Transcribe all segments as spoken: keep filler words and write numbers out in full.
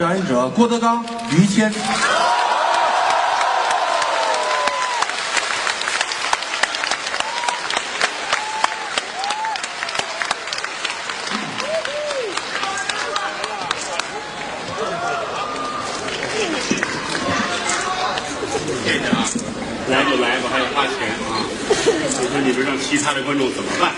表演者郭德纲、于谦。 来就来吧，还要花钱啊！你说你们让其他的观众怎么办？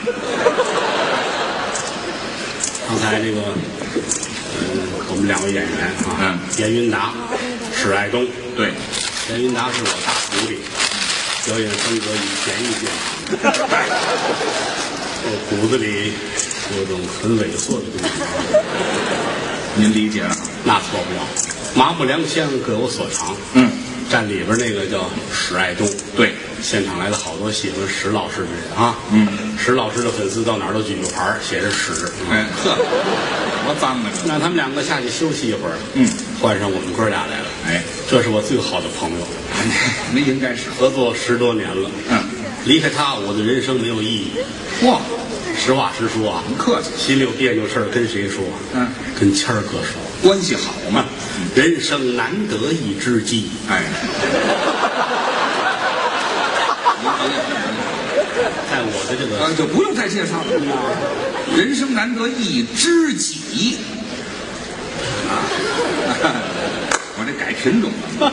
刚才这个，嗯，我们两位演员啊，嗯，严云达、史爱东，对，严云达是我大徒弟，表演风格与前一些，我骨子里有种很猥琐的东西。您理解了？那错不了，麻木良乡各有所长。嗯。站里边那个叫史爱东，对，现场来了好多喜欢史老师的人啊。嗯，史老师的粉丝到哪儿都举个牌写着史。哎呵，多脏啊！让他们两个下去休息一会儿。嗯，换上我们哥俩来了。哎，这是我最好的朋友，那应该是合作十多年了。嗯，离开他，我的人生没有意义。哇，实话实说啊，客气。心里有别扭事儿跟谁说？嗯，跟谦儿哥说。关系好嘛，人生难得一知己。哎，在我的这个、呃、就不用再介绍了。人生难得一知己啊！我这改品种了。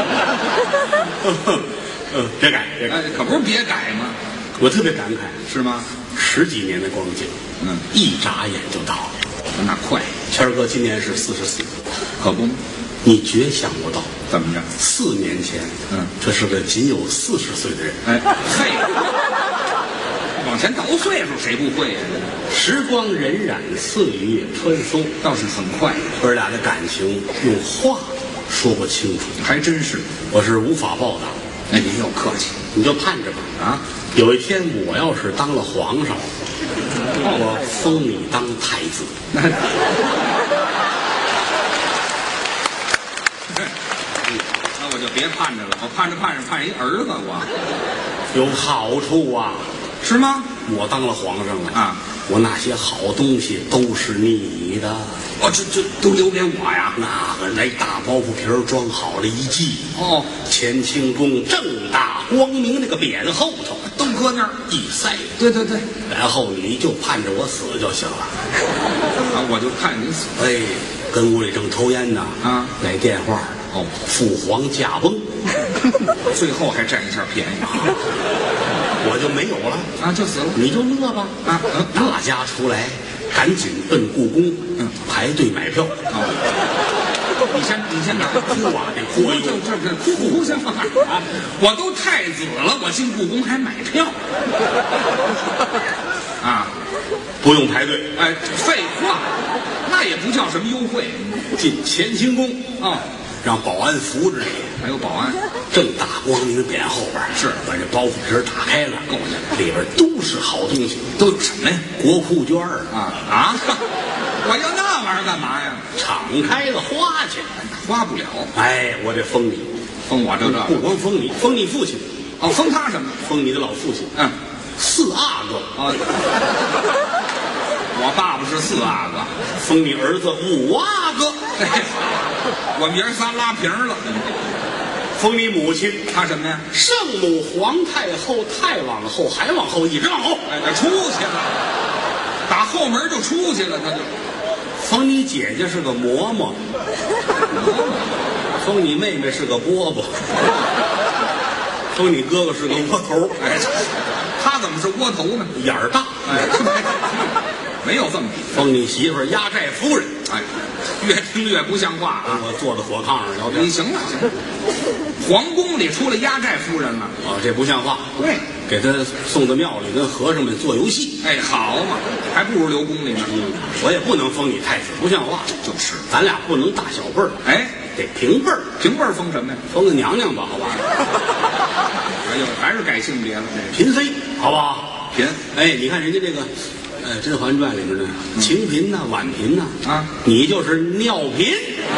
呃，别改，别改，可不是别改吗？我特别感慨，是吗？十几年的光景，嗯，一眨眼就到了。那快，谦儿哥今年是四十四，可不，你绝想不到，怎么着？四年前，嗯，这是个仅有四十岁的人。哎，嘿，往前倒岁数，谁不会呀？时光荏苒，岁月穿梭，倒是很快。哥俩的感情用话说不清楚，还真是，我是无法报答。哎，您又客气，你就盼着吧。啊，有一天我要是当了皇上。我封你当太子，那我就别盼着了，我盼着盼着盼一儿子，我有好处啊，是吗？我当了皇上了啊，我那些好东西都是你的，哦，这这都留给我呀。那个那大包袱皮儿装好了一系，哦，乾清宫正大光明那个匾后头都搁那儿一塞，对对对，然后你就盼着我死就行了。啊，我就盼你死。哎，跟屋里正抽烟呢，啊，来电话，哦，父皇驾崩，最后还占一下便宜，我就没有了啊，就死了，你就乐吧啊！大家出来，赶紧奔故宫，嗯，排队买票。啊，你先，你先哪哭啊？你哭，这这这哭哭先放哪啊？我都太子了，我进故宫还买票啊？不用排队。哎，废话，那也不叫什么优惠。进乾清宫啊，让保安扶着你，还有保安，正大光明匾后边是把这包袱皮打开了，够去，里边都是好东西，都有什么呀？国库券啊啊！我要那玩意儿干嘛呀？敞开了花去，花不了。哎，我得封你，封我这这不光封你，封你父亲。哦，封他什么？封你的老父亲。嗯，四阿哥啊。我爸爸是四阿哥，封你儿子五阿哥。我们爷仨拉平了。封你母亲，他什么呀？圣母、皇太后、太往后，还往后，一直往后。哎，出去了，打后门就出去了，他就。封你姐姐是个嬷嬷，封你妹妹是个饽饽，封你哥哥是个窝头。哎，他怎么是窝头呢？眼儿大。哎，没有这么比。封你媳妇儿压寨夫人。哎，越听越不像话啊！我坐在火炕上聊天。你行了，行了。皇宫里出了压寨夫人了。哦，这不像话。对，给他送到庙里跟和尚们做游戏。哎，好嘛，还不如留宫里呢。嗯，我也不能封你太子，不像话。就是，咱俩不能大小辈儿。哎，得平辈儿。平辈儿封什么呀？封个娘娘吧，好吧？哎呦，还是改性别了。嫔妃，好不好？嫔。哎，你看人家这个。呃，《甄嬛传》里面的晴嫔呐、婉嫔呐，啊，你就是尿嫔。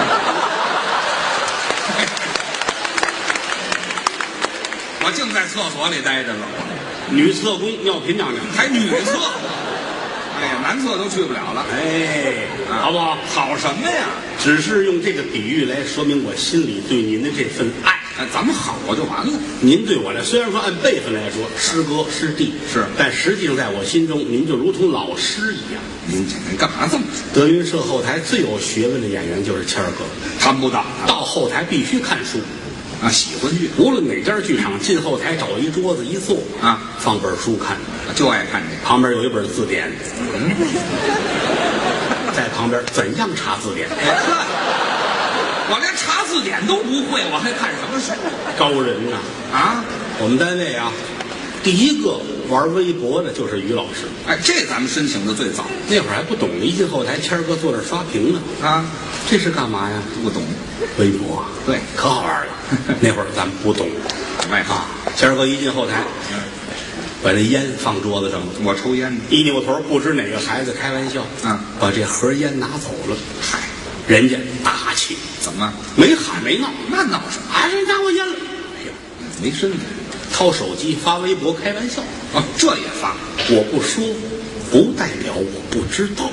我净在厕所里待着了，女厕宫尿嫔娘娘，还女厕，哎呀，男厕都去不了了。哎，好不好？好什么呀？ 只是用这个比喻来说明我心里对您的这份爱。 哎，咱们好就完了。 您对我来，虽然说按辈分来说，师哥师弟是， 但实际上在我心中，您就如同老师一样。 您您干嘛这么说？ 德云社后台最有学问的演员就是谦儿哥， 谈不到， 到后台必须看书。 啊，喜欢剧， 无论哪家剧场，进后台找一桌子一坐啊， 放本书看， 就爱看这个。 旁边有一本字典，嗯、在旁边怎样查字典？ 哎呵，我连查字典都不会，我还看什么书？ 高人呐！ 啊， 我们单位啊，第一个玩微博的就是于老师。 哎，这咱们申请的最早， 那会儿还不懂，一进后台，谦儿哥坐那刷屏呢。 啊， 这是干嘛呀？ 不懂。 微博啊， 对， 可好玩了。那会儿咱们不懂， 外啊，谦儿哥一进后台，嗯，把这烟放桌子上了。 我抽烟呢， 一扭头，不知哪个孩子开玩笑， 嗯， 把这盒烟拿走了。 嗨， 人家大气， 怎么没喊没闹？ 那闹什么？ 哎，谁拿我烟了？哎呀， 没身子。 掏手机发微博开玩笑啊，这也发？ 我不说，不代表我不知道。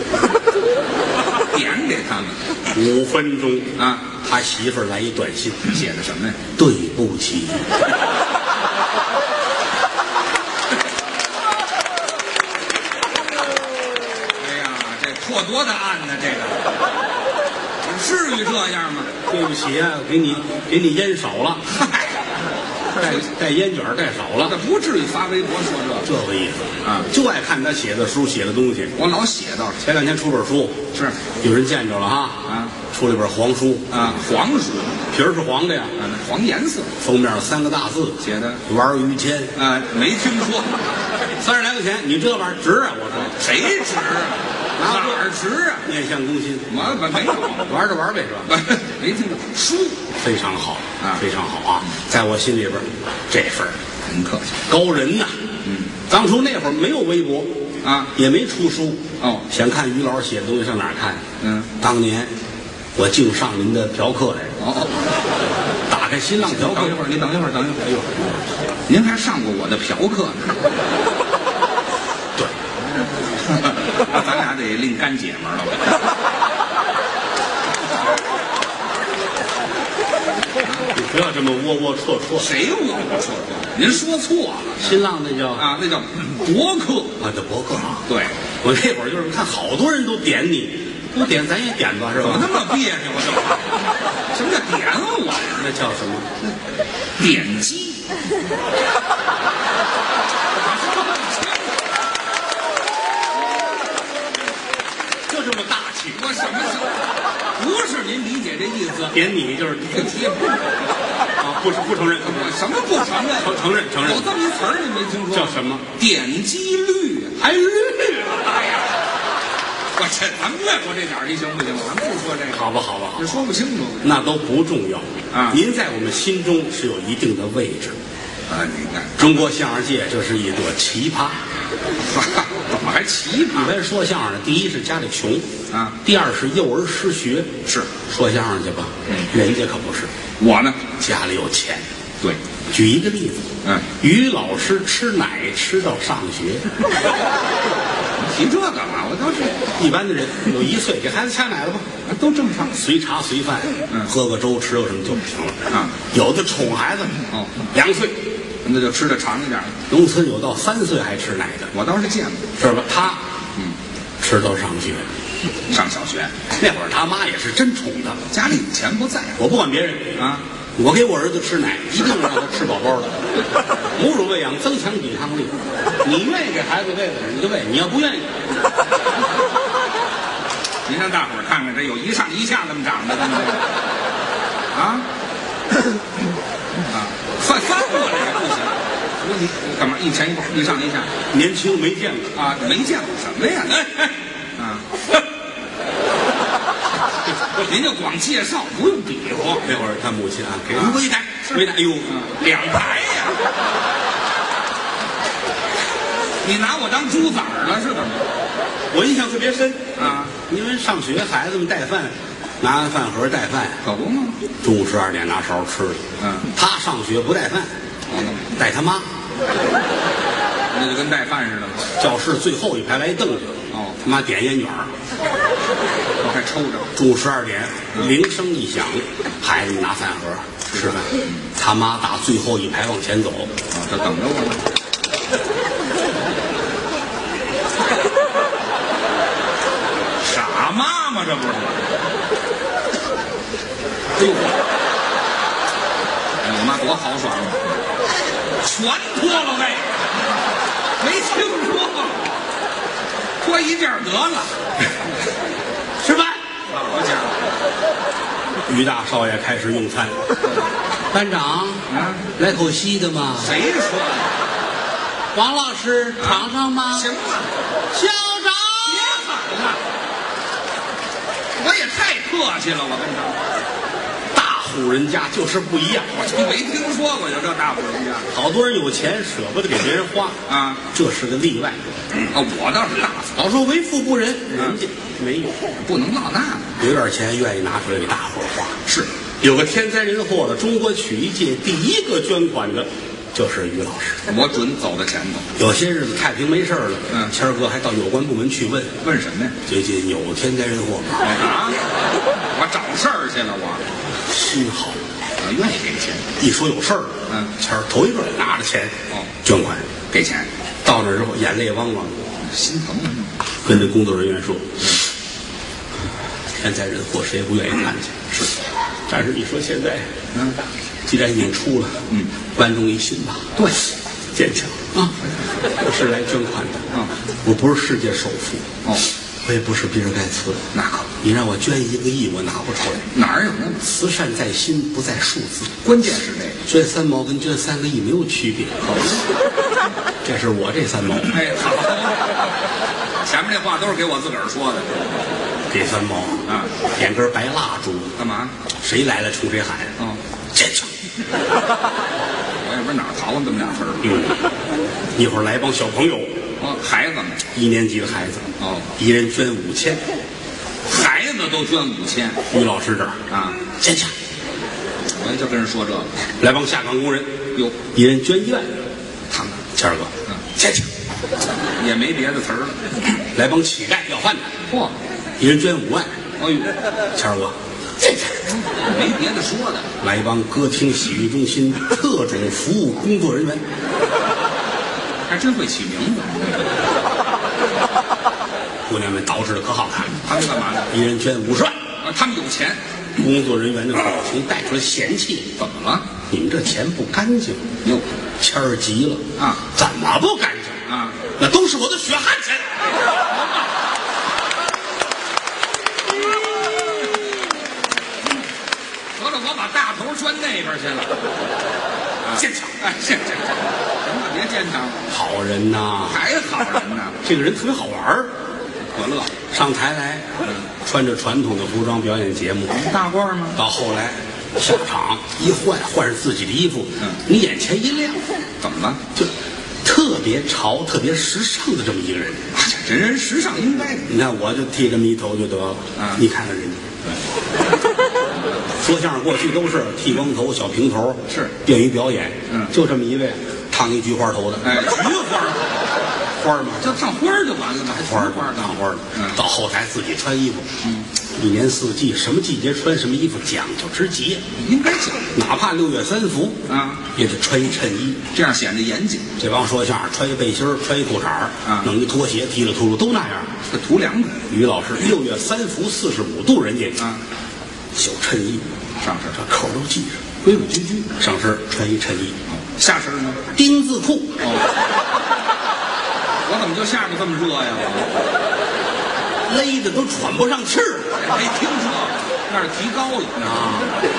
点给他们。 五分钟啊， 他媳妇儿来一短信， 写的什么呀？ 对不起。 哎呀，这破多大案呢？这个至于这样吗？ 对不起啊，给你给你烟少了。 嗨。 带带烟卷带少了， 这不至于发微博说这这个意思啊， 就爱看他写的书写的东西。 我老写到前两天出本书， 是有人见着了哈啊， 出了本黄书啊，黄书皮儿是黄的呀， 啊，黄颜色， 封面三个大字写的玩于谦啊，没听说， 三十来块钱，你这玩意儿值啊？我说谁值啊？哪儿值啊？ 面向攻心， 我没有玩着玩呗是吧？ 没听过书非常好啊， 非常好啊，在我心里边这份儿很客气， 高人呐。 嗯， 当初那会儿没有微博啊， 也没出书哦， 想看于老师写的东西上哪儿看？ 嗯， 当年我净上您的嫖客来着。 哦， 打开新浪嫖客。 等一会儿，你等一会儿，等一会儿。哎呦，您还上过我的嫖客呢？ 对， 那咱俩得另干姐们儿了。 你不要这么窝窝戳戳。 谁窝窝戳戳？您说错了。 新浪那叫啊，那叫博客啊，叫博客啊。 对， 我那会儿就是看好多人都点你，不点咱也点吧，是吧？ 怎么那么别扭啊？什么叫点我呀？ 那叫什么？ 点击。 就这么大气。 我什么时候？不是您理解这意思。 点你就是提啊，不是不承认。 什么不承认？ 承承认承认。 有这么一词儿你没听说？ 叫什么？ 点击率还绿。 哎呀，我这咱们越过这点儿，你行不行？咱不说这个。 好吧，好吧，好吧。 这说不清楚。 那都不重要啊。 您在我们心中是有一定的位置。 啊，你看， 中国相声界这是一朵奇葩。 怎么还奇葩？ 一般说相声的，第一是家里穷啊， 第二是幼儿失学。 是说相声去吧， 嗯， 人家可不是。 我呢， 家里有钱。 对， 举一个例子， 嗯， 于老师吃奶吃到上学。 提这干嘛？我倒是一般的人有一岁给孩子掐奶了吧， 都正常， 随茶随饭， 嗯， 喝个粥吃个什么就行了啊。 有的宠孩子， 哦， 两岁。 那就吃的长一点。 农村有到三岁还吃奶的， 我倒是见过， 是吧？他， 嗯， 吃到上学， 上小学那会儿他妈也是真宠他， 家里有钱不在乎。 我不管别人啊， 我给我儿子吃奶，一定让他吃饱饱的。母乳喂养增强抵抗力，你愿意给孩子喂的，你就喂；你要不愿意， 您让大伙儿看看，这有一上一下这么长的，对不对？啊啊，翻翻过来也不行。说你干嘛一前一后，一上一下？ 年轻没见过啊，没见过什么呀？啊，您就光介绍，不用比划。 那会儿他母亲啊，给人喂奶，喂奶，哎呦， 两排呀！你拿我当猪崽儿了是怎么？ 我印象特别深啊， 因为上学孩子们带饭，拿完饭盒带饭， 可不吗？ 中午十二点拿勺吃。 嗯， 他上学不带饭，带他妈。 那就跟带饭似的。 教室最后一排来一凳子， 哦， 他妈点烟卷儿， 我还抽着。 中午十二点，铃声一响，孩子拿饭盒吃饭，他妈打最后一排往前走， 啊，这等着我呢。傻妈妈这不是？哎呦，哎，我妈多豪爽啊！全脱了呗，没听说过，脱一件得了。 吃饭。 好家伙！ 于大少爷开始用餐。班长， 啊， 来口稀的吗？ 谁说的？ 王老师，尝尝吗？ 行了， 校长， 别喊了，我也太客气了，我跟你。 大户人家就是不一样， 我就没听说过有这大户人家。 好多人有钱舍不得给别人花啊， 这是个例外。 啊，我倒是大方。 老说为富不仁，人家没有， 不能落那个。 有点钱愿意拿出来给大伙儿花。 是， 有个天灾人祸的，中国曲艺界第一个捐款的，就是于老师。 我准走在前头。 有些日子太平没事了， 嗯， 谦儿哥还到有关部门去问， 问什么呀？ 最近有天灾人祸吗？ 啊，我找事儿去了，我心好， 我愿意给钱。 一说有事儿， 嗯， 谦儿头一个拿着钱， 哦， 捐款， 给钱。 到那之后眼泪汪汪， 心疼啊。 跟这工作人员说，天灾人祸谁也不愿意看见， 是， 但是你说现在， 嗯， 既然已经出了， 嗯， 万众一心吧， 对， 坚强啊！我是来捐款的， 嗯， 我不是世界首富， 哦， 我也不是比尔盖茨， 那可你让我捐一个亿，我拿不出来。 哪儿有那么？ 慈善在心，不在数字。 关键是这个， 捐三毛跟捐三个亿没有区别。这是我这三毛， 哎，好，前面这话都是给我自个儿说的。 给三毛啊， 点根白蜡烛， 干嘛？ 谁来了冲谁喊， 哦， 坚强。 我也不知道哪儿淘的这么俩词儿。 嗯，一会儿来帮小朋友， 哦，孩子们， 一年级的孩子， 哦， 一人捐五千， 孩子都捐五千于老师这儿啊， 坚强。 我也就跟人说这个。 来帮下岗工人， 哟， 一人捐一万， 他们谦儿哥， 嗯， 坚强。 也没别的词儿了。 来帮乞丐要饭的， 嚯， 一人捐五万， 哎呦， 谦儿哥，坚强。 没别的说的。 来帮歌厅洗浴中心特种服务工作人员， 还真会起名字。 姑娘们捯饬的可好看， 他们干嘛呢？ 一人捐五十万。 啊，他们有钱。 工作人员的表情带出了嫌弃， 怎么了？ 你们这钱不干净。 哟， 谦儿急了啊， 怎么不干净啊？ 那都是我的血汗钱。 得了，我把大头捐那边去了。 坚强， 哎，坚强，行了，别坚强了。 好人呐， 还好人呢。 这个人特别好玩儿， 可乐上台来，穿着传统的服装表演节目。 大褂吗？ 到后来下场一换，换上自己的衣服， 嗯， 你眼前一亮， 怎么了？ 就特别潮、特别时尚的这么一个人。 啊，这人时尚应该的。 你看，我就剃个迷头就得了。 啊， 你看看人家，说相声过去都是剃光头、小平头， 是便于表演。 嗯， 就这么一位烫一菊花头的， 哎，菊花花嘛， 就烫花就完了嘛，还花菊花烫花的。 嗯， 到后台自己穿衣服， 嗯， 一年四季什么季节穿什么衣服讲究之极， 应该讲， 哪怕六月三伏啊， 也得穿一衬衣， 这样显得严谨。 这帮说相声穿一背心儿，穿一裤衩儿， 啊， 弄一拖鞋，提了秃噜都那样。 这图凉快。 于老师六月三伏四十五度，人家啊， 小衬衣， 上身这扣都系上， 规规矩矩。 上身穿一衬衣， 下身呢？ 丁字裤。 哦，我怎么就下面这么热呀？我勒得都喘不上气儿。 没听说，那是提高了啊，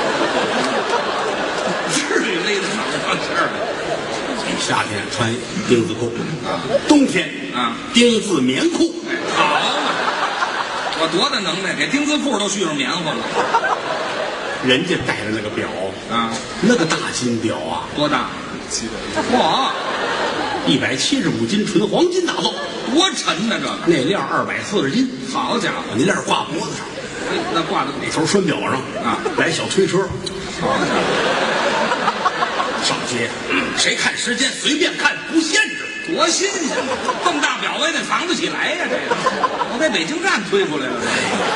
至于勒得喘不上气儿来？ 夏天穿丁字裤，啊，冬天啊丁字棉裤。 哎，好嘛，我多大能耐，给丁字裤都续上棉花了。 人家戴着那个表啊， 那个大金表啊， 多大？哇， 一百七十五斤纯黄金打造， 多沉呢这个。 那链二百四十斤， 好家伙， 把那链挂脖子上， 那挂的那头拴表上啊， 来小推车， 好家伙， 上街，谁看时间随便看，不限制。 多新鲜！这么大表我也得藏得起来呀、啊！这个，我在北京站推出来了。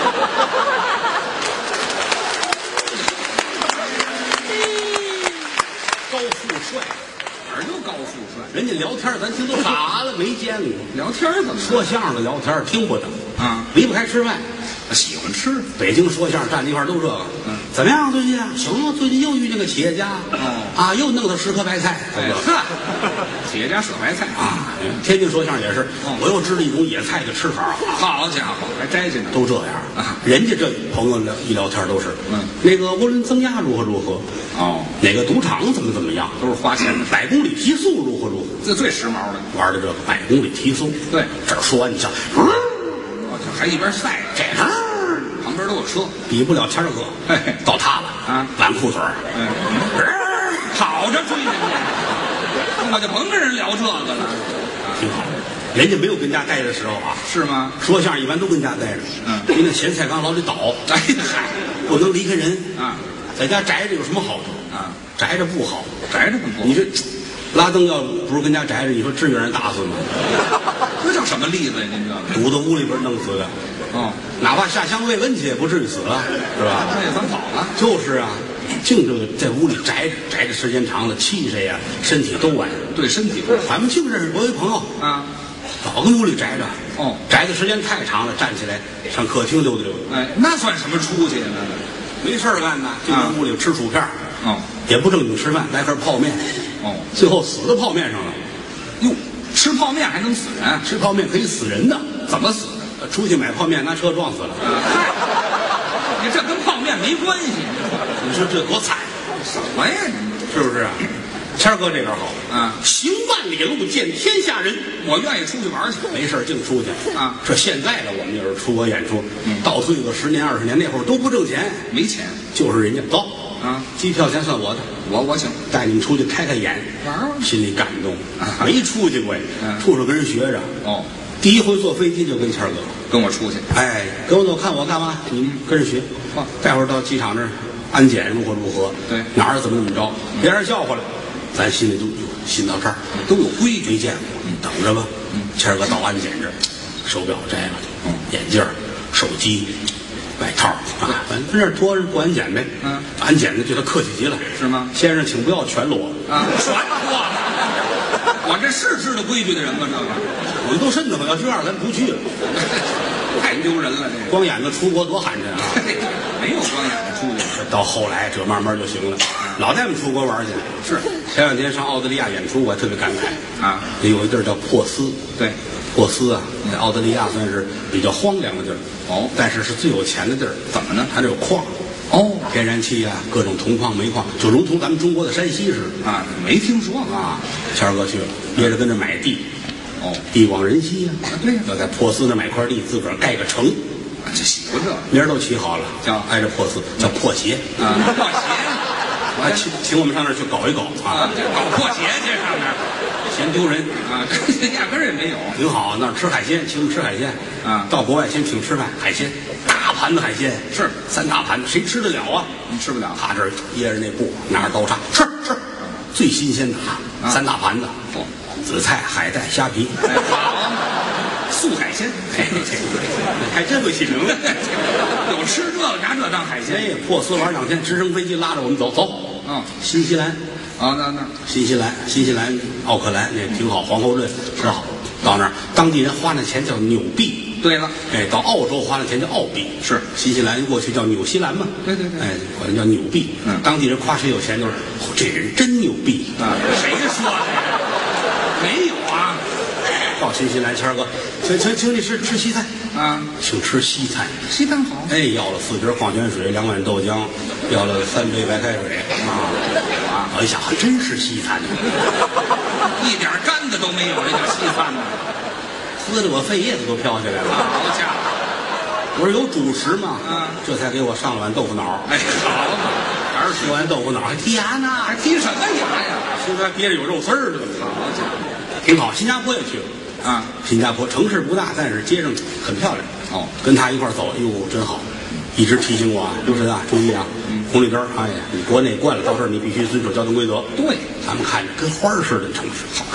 高富帅， 哪儿就高富帅？ 人家聊天咱听都傻了，没见过。 聊天怎么说相声的聊天听不懂啊？ 离不开吃饭。 喜欢吃。 北京说相声站在一块儿都这个。嗯，怎么样最近啊？行啊，最近又遇见个企业家。 哦， 啊，又弄他十颗白菜。 哎呵，企业家舍白菜啊。天津说相声也是，我又知道一种野菜的吃法。 好家伙，还摘去呢。 都这样啊。人家这朋友聊一聊天都是，嗯，那个涡轮增压如何如何。哦，哪个赌场怎么怎么样， 都是花钱的。 百公里提速如何如何， 这最时髦的。 玩的这个百公里提速。 对， 这儿说完你像， 还一边晒这个。 旁边都有车， 比不了谦儿哥，到他了啊， 挽裤腿儿， 嗯，跑着追人家，我就甭跟人聊这个了， 挺好。人家没有跟家待的时候啊， 是吗？ 说相声一般都跟家待着，嗯，你那咸菜缸老得倒， 哎嗨， 不能离开人啊， 在家宅着有什么好处啊？ 宅着不好， 宅着不好。 你这拉登要不是跟家宅着，你说至于让人打死吗？ 这叫什么例子呀？您知道吗？ 堵到屋里边弄死的。哦，哪怕下乡慰问去也不至于死了，是吧？ 那也算跑了。 就是啊，净这个在屋里宅着，宅着时间长了，气谁呀，身体都完。 对身体不好。 咱们净认识我一朋友啊， 老跟屋里宅着。 哦， 宅的时间太长了，站起来上客厅溜达溜达。 哎，那算什么出息呢？ 没事儿干呢，就在屋里吃薯片。 哦， 也不正经吃饭，来份泡面。哦，最后死到泡面上了。 哟，吃泡面还能死人？ 吃泡面可以死人的。 怎么死？ 出去买泡面，拿车撞死了。 嗨，你这跟泡面没关系。 你说这多惨！ 什么呀？ 是不是啊？谦儿哥这边好啊， 行万里路见天下人。 我愿意出去玩去， 没事净出去啊。 这现在的我们就是出国演出，嗯，倒退个十年二十年，那会儿都不挣钱， 没钱， 就是人家走啊， 机票钱算我的， 我我请， 带你们出去开开眼， 玩玩， 心里感动。没出去过呀，处处跟人学着。 哦。 第一回坐飞机就跟谦儿哥跟我出去， 哎，跟我走，看我干嘛？你们跟着学。哦，待会儿到机场这儿安检如何如何？ 对， 哪儿怎么怎么着？别人叫回来，咱心里就心到这儿， 都有规矩。 没见过，等着吧。谦儿哥到安检这儿，手表摘了，眼镜、手机、外套啊，反正跟这儿托过安检呗。嗯，安检的对他客气极了， 是吗？ 先生，请不要全裸啊，全脱。我这是知道规矩的人吗？这个我们都瘆得慌，要这样咱不去了， 太丢人了。这光眼子出国多寒碜啊！ 没有光眼子出去。 到后来这慢慢就行了。老带我们出国玩去。 是前两天上澳大利亚演出，我还特别感慨啊。 有一地儿叫珀斯， 对， 珀斯啊，在澳大利亚算是比较荒凉的地儿。 哦， 但是是最有钱的地儿。 怎么呢？ 它这有矿。哦，天然气啊，各种铜矿、煤矿，就如同咱们中国的山西似的啊。没听说过啊。谦儿哥去了，憋着跟着买地。 哦， 地广人稀呀。 啊，对呀。 要在珀斯那买块地，自个儿盖个城。 啊，这喜欢这名儿都起好了， 叫挨着珀斯，叫破鞋啊，破鞋。 我还请请我们上那儿去搞一搞啊，搞破鞋去上那儿， 嫌丢人啊，这压根儿也没有。 挺好，那儿吃海鲜，请我们吃海鲜啊。 到国外先请吃饭，海鲜，大盘子海鲜是三大盘子，谁吃得了啊？ 你吃不了。 他这儿掖着那布，拿着刀叉，吃吃，最新鲜的啊，三大盘子， 哦， 紫菜、海带、虾皮， 好，素海鲜， 还真会起名字。 有吃这个拿这当海鲜。 哎，珀斯玩两天，直升飞机拉着我们走走。 嗯， 新西兰。 啊，那那新西兰，新西兰奥克兰那挺好，皇后镇是好。到那儿，当地人花那钱叫纽币。 对了， 哎，到澳洲花那钱叫澳币。 是， 新西兰过去叫纽西兰嘛。 对对对， 哎，管它叫纽币。嗯，当地人夸谁有钱，就是哦，这人真牛逼啊！谁说的呀？没有啊。 到新西兰，谦儿哥，请请请你吃吃西餐啊， 请吃西餐。 西餐好。 哎，要了四瓶矿泉水，两碗豆浆，要了三杯白开水啊啊！我一想，还真是西餐呢， 一点干的都没有，这叫西餐呢。 喝的我肺叶子都飘下来了。 好家伙！ 我说有主食吗？ 啊， 这才给我上了碗豆腐脑。 哎，好嘛， 还是吃完豆腐脑还剔牙呢， 还剔什么牙呀？ 现在憋着有肉丝儿的。 好家伙， 挺好。新加坡也去了啊， 新加坡城市不大，但是街上很漂亮。 哦， 跟他一块儿走，哎呦，真好。一直提醒我啊，刘晨啊，注意啊，红绿灯，哎呀，你国内惯了，到这儿你必须遵守交通规则。 对， 咱们看着跟花儿似的城市，好看，大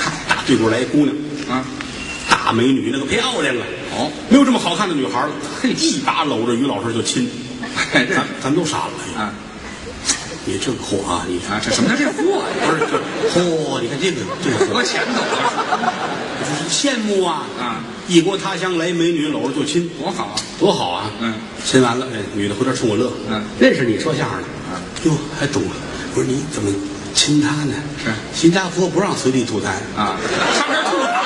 对过来一姑娘啊， 大美女，那个漂亮啊！ 哦， 没有这么好看的女孩了。嘿，一把搂着于老师就亲， 哎，这咱咱们都傻了啊！ 你这个货啊，你啊，这什么叫这货呀？ 不是这嚯！你看这个这个搁钱头啊！ 就是羡慕啊啊！ 异国他乡来美女搂着就亲， 多好啊！ 多好啊！ 嗯， 亲完了，哎，女的回头冲我乐。 嗯， 认识你说相声的啊？ 哟，还懂了。我说你怎么亲她呢？ 是新加坡不让随地吐痰啊，上这儿吐痰，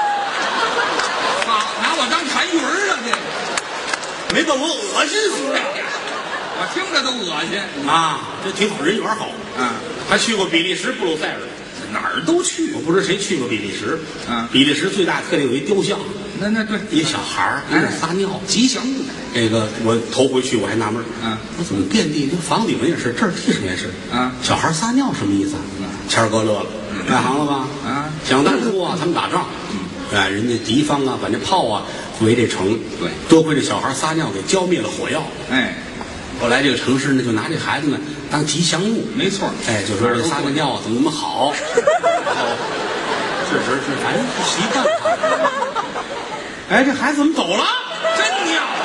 好拿我当痰盂儿了，这没把我恶心死了。 我听着都恶心啊！这挺好，人缘好啊。 还去过比利时、布鲁塞尔， 哪儿都去。 我不知道谁去过比利时啊。 比利时最大特点有一雕像， 那那对， 一小孩儿跟那撒尿， 吉祥物。 这个我头回去我还纳闷儿， 啊， 我怎么遍地这房顶也是，这儿地上也是啊？ 小孩撒尿什么意思啊？谦儿哥乐了，外行了吧？ 啊， 想当初啊，他们打仗，哎，人家敌方啊，把那炮啊围这城， 对， 多亏这小孩撒尿给浇灭了火药， 哎。 后来这个城市呢，就拿这孩子呢当吉祥物， 没错， 哎，就说这撒个尿怎么怎么好，然后确实是反正不习惯。哎，这孩子怎么走了？ 真尿啊！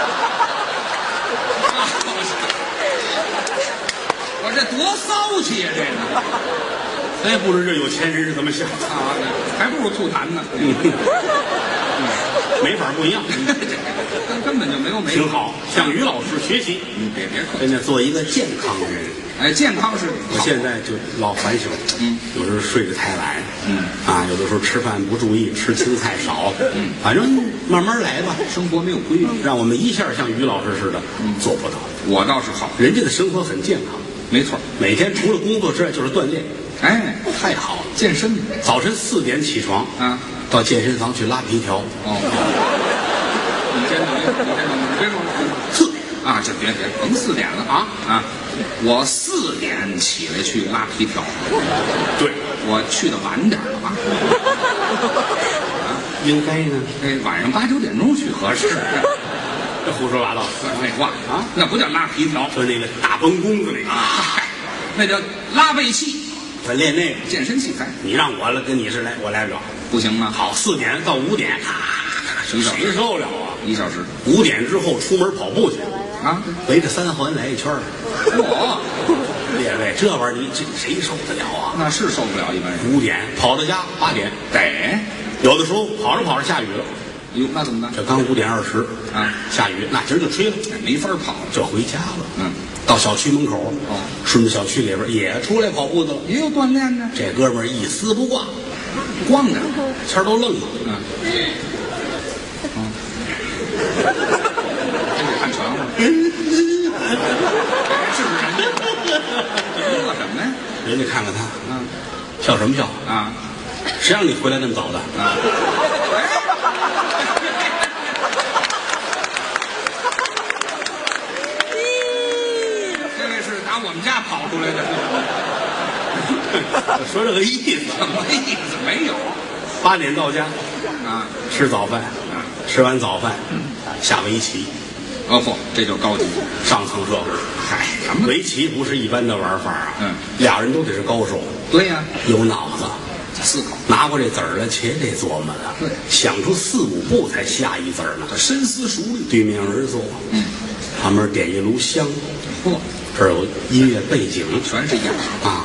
我这多骚气呀，这个！ 咱也不知这有钱人是怎么想的啊，还不如吐痰呢。 嗯，没法不一样， 根根本就没有没挺好，向于老师学习。 嗯，别别客气， 真的做一个健康的人。 哎，健康是我现在就老反省， 嗯， 有时候睡得太晚， 嗯， 啊，有的时候吃饭不注意，吃青菜少，嗯，反正慢慢来吧。 生活没有规律， 让我们一下像于老师似的，嗯，做不到。 我倒是好， 人家的生活很健康， 没错， 每天除了工作之外就是锻炼， 哎， 太好了。 健身， 早晨四点起床啊， 到健身房去拉皮条。 哦，你先等，你先等，你别说四点啊，这别别甭四点了啊啊！我四点起来去拉皮条， 对， 我去的晚点了吧？ 应该呢。 哎，晚上八九点钟去合适。 这胡说八道， 废话啊， 那不叫拉皮条， 就那个大崩弓子那个啊，那叫拉背器， 咱练那个健身器材。 你让我了，跟你是来，我来不了， 不行吗？ 好，四点到五点，咔一小时谁受了啊？ 一小时。 五点之后出门跑步去啊， 围着三环来一圈儿。 我列位，这玩意儿你这谁受得了啊？ 那是受不了一般人。 五点跑到家八点， 得， 有的时候跑着跑着下雨了。 哟，那怎么办？ 这刚五点二十啊， 下雨，那今儿就吹了， 没法跑了， 就回家了。 嗯， 到小区门口， 哦， 顺着小区里边也出来跑步的了， 也有锻炼呢。 这哥们儿一丝不挂， 光着， 谦儿都愣了。 嗯，嗯，这得看全乎。是不是人家？乐什么呀？ 人家看看他， 嗯， 笑什么笑啊？ 谁让你回来那么早的？ 啊！这位是打我们家跑出来的， 说这个意思， 什么意思？没有八点到家， 啊， 吃早饭， 啊， 吃完早饭，下围棋， 哦不，这就高级。 上层社会。 嗨，什么？ 围棋不是一般的玩法啊， 嗯， 俩人都得是高手， 对呀， 有脑子， 思考， 拿过这子儿来，且得琢磨了， 对， 想出四五步才下一子儿呢， 深思熟虑。 对面而坐， 嗯， 旁边点一炉香， 嚯， 这儿有音乐背景， 全是演啊。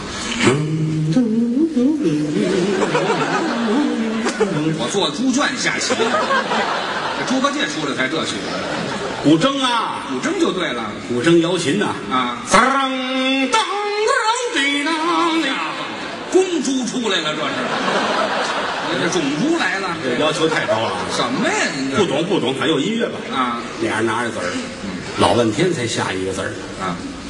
我做猪圈下棋，猪八戒出来才这曲子， 古筝啊， 古筝就对了古筝摇琴呐， 啊！ 当当当滴当， 家伙，公猪出来了，这是，你这种猪来了， 这要求太高了啊！ 什么呀？您这不懂不懂，反正有音乐吧？ 啊俩人拿着子儿，老半天才下一个字儿。 啊，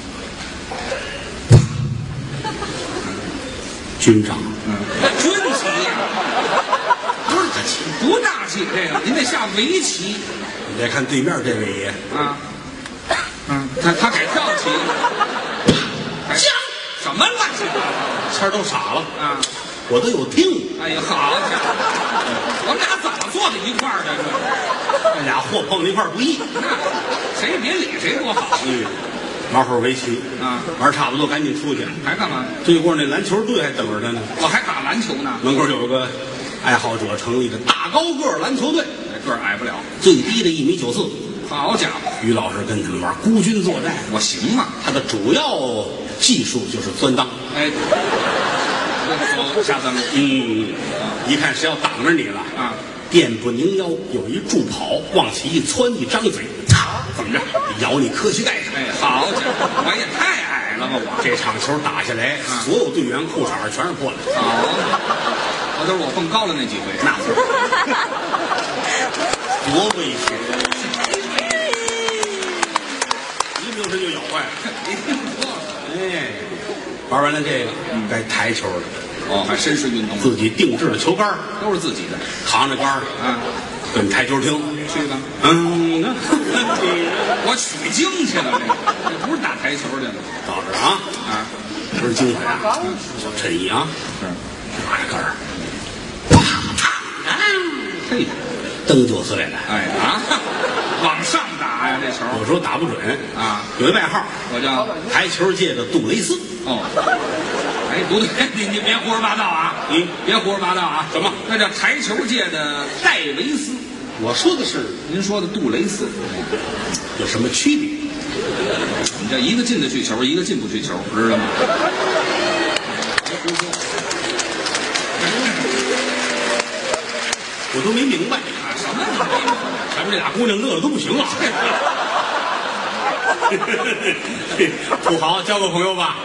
军长， 嗯，军棋呀，不是棋，不大气，这个您得下围棋你再看对面这位爷， 啊，嗯，他他改跳棋， 将什么乱七八糟谦儿都傻了， 啊！ 我都有定， 哎呀，好家伙，我们俩怎么坐在一块儿的？这这俩货碰在一块儿不易。 那谁也别理谁多好嗯，玩会儿围棋啊， 玩差不多赶紧出去。 还干嘛？ 对过那篮球队还等着他呢， 我还打篮球呢。 门口有个爱好者成立的大高个篮球队， 个儿矮不了， 最低的一米九四。 好家伙， 于老师跟他们玩孤军作战， 我行吗？ 他的主要技术就是钻裆。 哎，走下三路， 嗯，一看是要挡着你了啊！ 电不拧腰，有一助跑，往起一窜，一张嘴，嚓，怎么着？咬你磕膝盖上。 哎，好家伙，我也太矮了吧！我这场球打下来， 啊、 所有队员裤衩全是破的。 好，我都是我蹦高了那几回， 那是多危险！一不留神就咬坏了。哎，玩完了这个，该台球了。 哦，还绅士运动， 自己定制的球杆都是自己的， 扛着杆儿啊， 跟台球厅去吧。 嗯， 我取经去了，这这不是打台球去了。 到这儿啊啊， 不是精彩啊，小衬衣啊， 是拿着杆儿， 嘿， 蹬就碎了。 哎啊，往上打呀，这球有时候打不准啊。 有一外号， 我叫台球界的杜蕾斯。 哦，哎，不对，你你别胡说八道啊！ 你别胡说八道啊！ 怎么？ 那叫台球界的戴维斯。 我说的是您说的杜蕾斯， 有什么区别？ 你这一个进得去球，一个进不去球，知道吗？别胡说， 我都没明白啊！什么你没明白？ 咱们这俩姑娘乐的都不行了。土豪，交个朋友吧。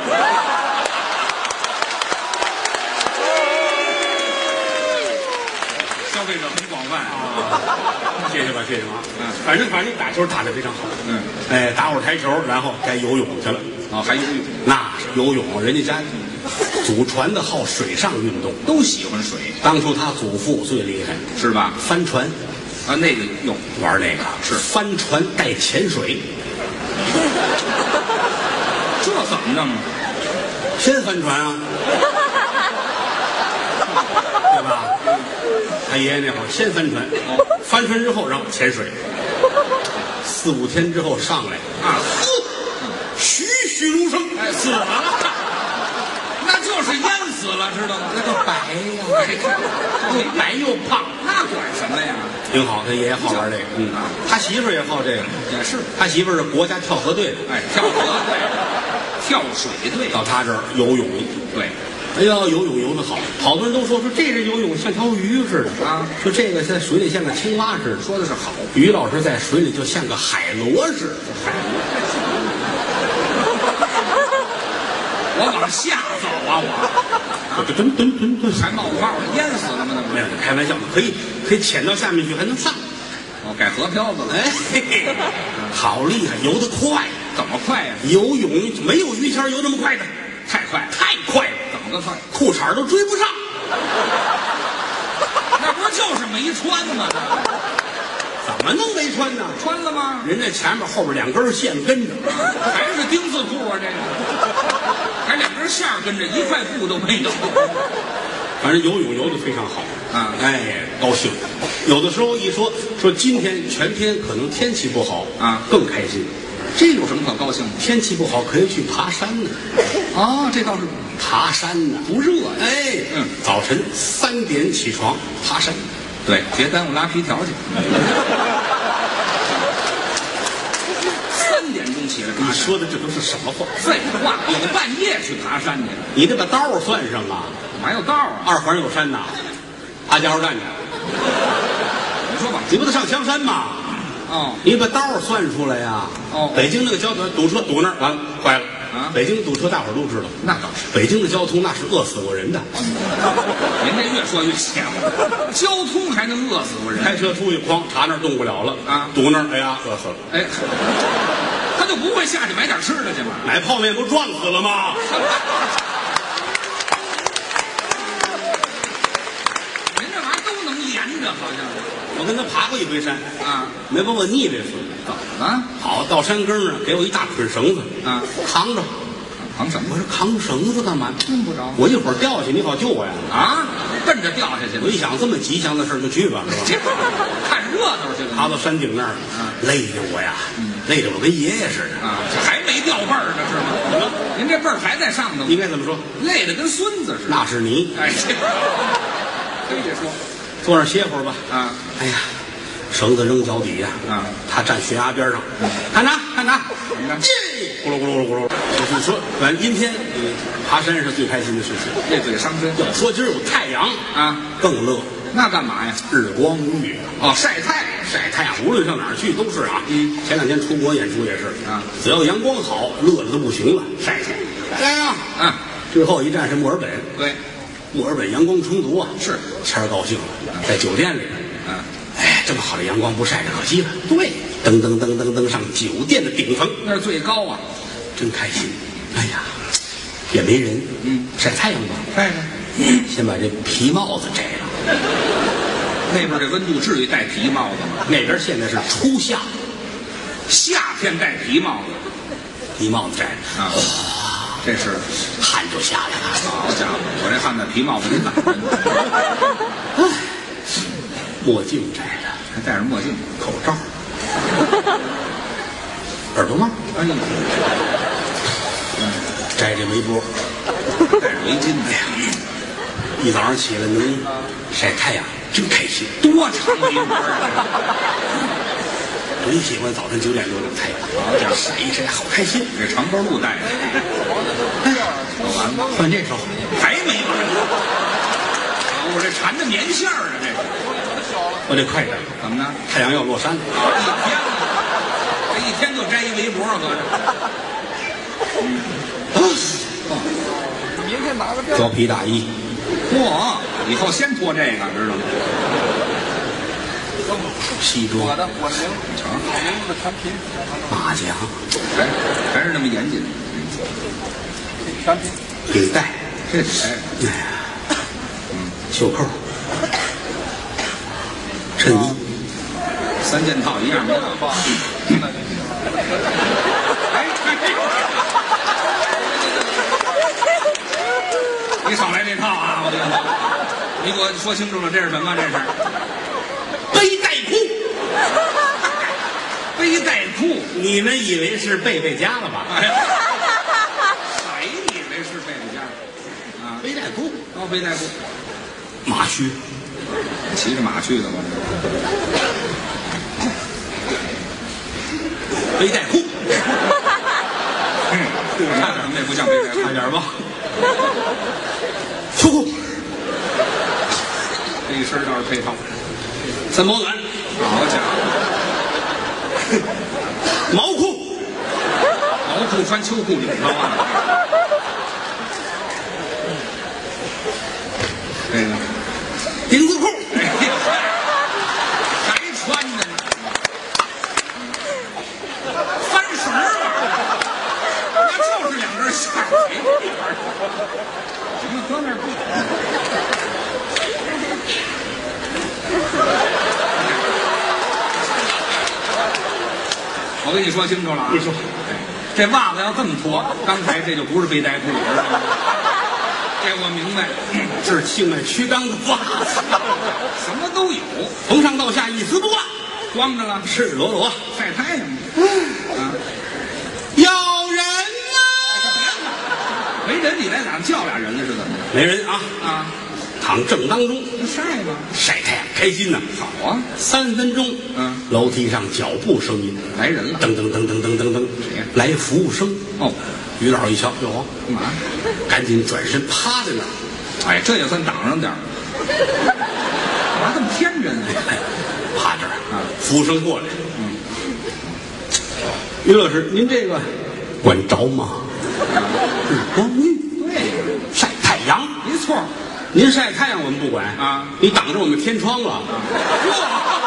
消费者很广泛啊， 谢谢吧，谢谢吧。 嗯， 反正反正打球打得非常好。 嗯， 哎，打会儿台球，然后该游泳去了。 哦，还游泳， 那是游泳，人家家祖传的好水上运动， 都喜欢水， 当初他祖父最厉害， 是吧？ 帆船啊，那个用玩那个是帆船带潜水， 这怎么弄？ 先帆船啊，对吧？他爷爷那会儿先帆船，帆船之后然后潜水，四五天之后上来啊， 栩栩如生， 哎，死了，那就是淹死了，知道吗？ 那个白呀，又白又胖， 那管什么呀？ 挺好。他爷爷好玩这个，嗯，他媳妇儿也好这个， 也是。 他媳妇儿是国家跳河队的， 哎，跳河队，跳水队， 到他这儿游泳， 对。 哎呀，游泳游得好，好多人都说说这人游泳像条鱼似的啊， 说这个在水里像个青蛙似的， 说的是好。 于老师在水里就像个海螺似的，海螺。 我往下走啊，我蹲蹲蹲蹲， 还冒泡了，淹死了吗？那不没有，开玩笑，可以可以潜到下面去，还能上。 哦，改河漂子了， 哎，嘿嘿好厉害，游得快， 怎么快呀？ 游泳没有于谦游那么快的， 太快， 太快了， 怎么个快？ 裤衩都追不上。 那不就是没穿吗？ 怎么能没穿呢？ 穿了吗？ 人家前面后边两根线跟着， 还是丁字裤啊，这个还两根线跟着，一块布都没有。 反正游泳游得非常好啊， 哎，高兴。有的时候一说说今天全天可能天气不好啊， 更开心。 这有什么可高兴的？ 天气不好可以去爬山呢。 哦，这倒是爬山呢， 不热呀。 哎， 嗯， 早晨三点起床爬山， 对，别耽误拉皮条去。三点钟起来爬山， 你说的这都是什么话？ 废话，有半夜去爬山去， 你得把道算上啊。 哪有道啊？ 二环有山呐，爬加油站去。 你说往你不得上香山吗？ 哦， 你把道算出来呀。 哦， 北京那个交通堵车堵那儿，完了坏了啊！ 北京堵车大伙儿都知道， 那倒是。 北京的交通那是饿死过人的。 您这越说越邪乎，交通还能饿死过人？ 开车出去，哐，查那儿动不了了啊， 堵那儿，哎呀，饿死了。 哎，他就不会下去买点吃的去吗？ 买泡面不撞死了吗？ 您这玩意儿都能连着，好像是。 我跟他爬过一回山啊， 没把我腻歪死。 怎么了？ 好，到山根儿给我一大捆绳子啊， 扛着。 扛什么？ 我说扛绳子干嘛？ 用不着。 我一会儿掉下去，你好救我呀！ 啊，奔着掉下去了。 我一想，这么吉祥的事儿就去吧，是吧？ 看热闹去了。 爬到山顶那儿，累着我呀，累着我跟爷爷似的啊，这还没掉辈儿呢，是吗？您这辈儿还在上头。 应该怎么说？ 累得跟孙子似的。 那是你。 哎，这可以说。 坐那儿歇会儿吧。 啊， 哎呀，绳子扔脚底下啊， 他站悬崖边上，看他看他， 你看， 咕噜咕噜咕噜。就是说，反正阴天，嗯，爬山是最开心的事情。 这嘴伤身。 要说今儿有太阳啊， 更乐。 那干嘛呀？ 日光浴月哦，晒太阳， 晒太阳，无论上哪儿去都是啊。 嗯， 前两天出国演出也是啊， 只要阳光好，乐的都不行了，晒去。来啊， 嗯， 最后一站是墨尔本。 对， 墨尔本阳光充足啊， 是谦儿高兴了，在酒店里。 嗯， 哎，这么好的阳光不晒着可惜了。对，噔噔噔噔噔上酒店的顶层， 那是最高啊， 真开心。哎呀，也没人， 嗯， 晒太阳吧， 晒着。 先把这皮帽子摘了。 那边这温度至于戴皮帽子吗？ 那边现在是初夏， 夏天戴皮帽子， 皮帽子摘了啊，这是汗就下来了。 好家伙，我这汗在皮帽子里打着呢。 哎，墨镜摘了， 还戴着墨镜， 口罩，耳朵帽， 哎呀， 摘这围脖， 戴着围巾的呀。 一早上起来能晒太阳，真开心。 多长围脖啊！ 真喜欢早晨九点多有太阳， 好家伙， 晒一晒，好开心。 这长兜路戴着，说完了， 换这手还没完呢。我这缠着棉线儿呢，这是我得快点， 怎么呢？ 太阳要落山了。 啊，一天了，这一天就摘一围脖，合着。 明天拿个貂皮大衣， 嚯，以后先脱这个，知道吗？ 西装， 我的我的名字，名字的产品， 马甲， 还还是那么严谨。 产品， 领带， 这哎， 哎呀，袖扣，衬衣， 三件套一样没落。哎，你少来这套啊！我跟你说，你给我说清楚了，这是什么？这是背带裤。 背带裤。 你们以为是贝贝家了吧？ 哎呀，谁以为是贝贝家？啊， 背带裤， 哦，背带裤， 马靴， 骑着马去的吗？ 背带裤， 嗯，看看那不像背带裤， 快点吧。秋裤， 这一身倒是配套。 三保暖， 好家伙， 毛裤， 毛裤穿秋裤领头啊！这个丁字裤， 哎呀，还穿着呢，翻绳儿啊！那就是两根线儿，谁这玩意儿？行了，搁那儿不。我跟你说清楚了啊！ 你说， 这袜子要这么脱，刚才这就不是背带裤，知道吗？这我明白， 这是静脉曲张的袜子， 什么都有， 从上到下一丝不挂， 光着了， 赤裸裸， 晒太阳嘛。啊， 要人呐！ 没人，你来哪儿叫俩人了是怎么着？ 没人啊啊， 躺正当中晒吗？ 晒太阳，开心呐！ 好啊， 三分钟， 嗯， 楼梯上脚步声音， 来人了。 噔噔噔噔噔噔噔， 谁呀来服务生。 哦， 于老一瞧，哟， 干嘛？ 赶紧转身趴在那儿。 哎，这也算挡上点儿。干嘛这么天真啊？ 哎，趴这儿啊服务生过来， 嗯， 于老师，您这个管着吗？日光浴， 对， 晒太阳， 没错。 您晒太阳我们不管啊， 你挡着我们天窗了。 哇！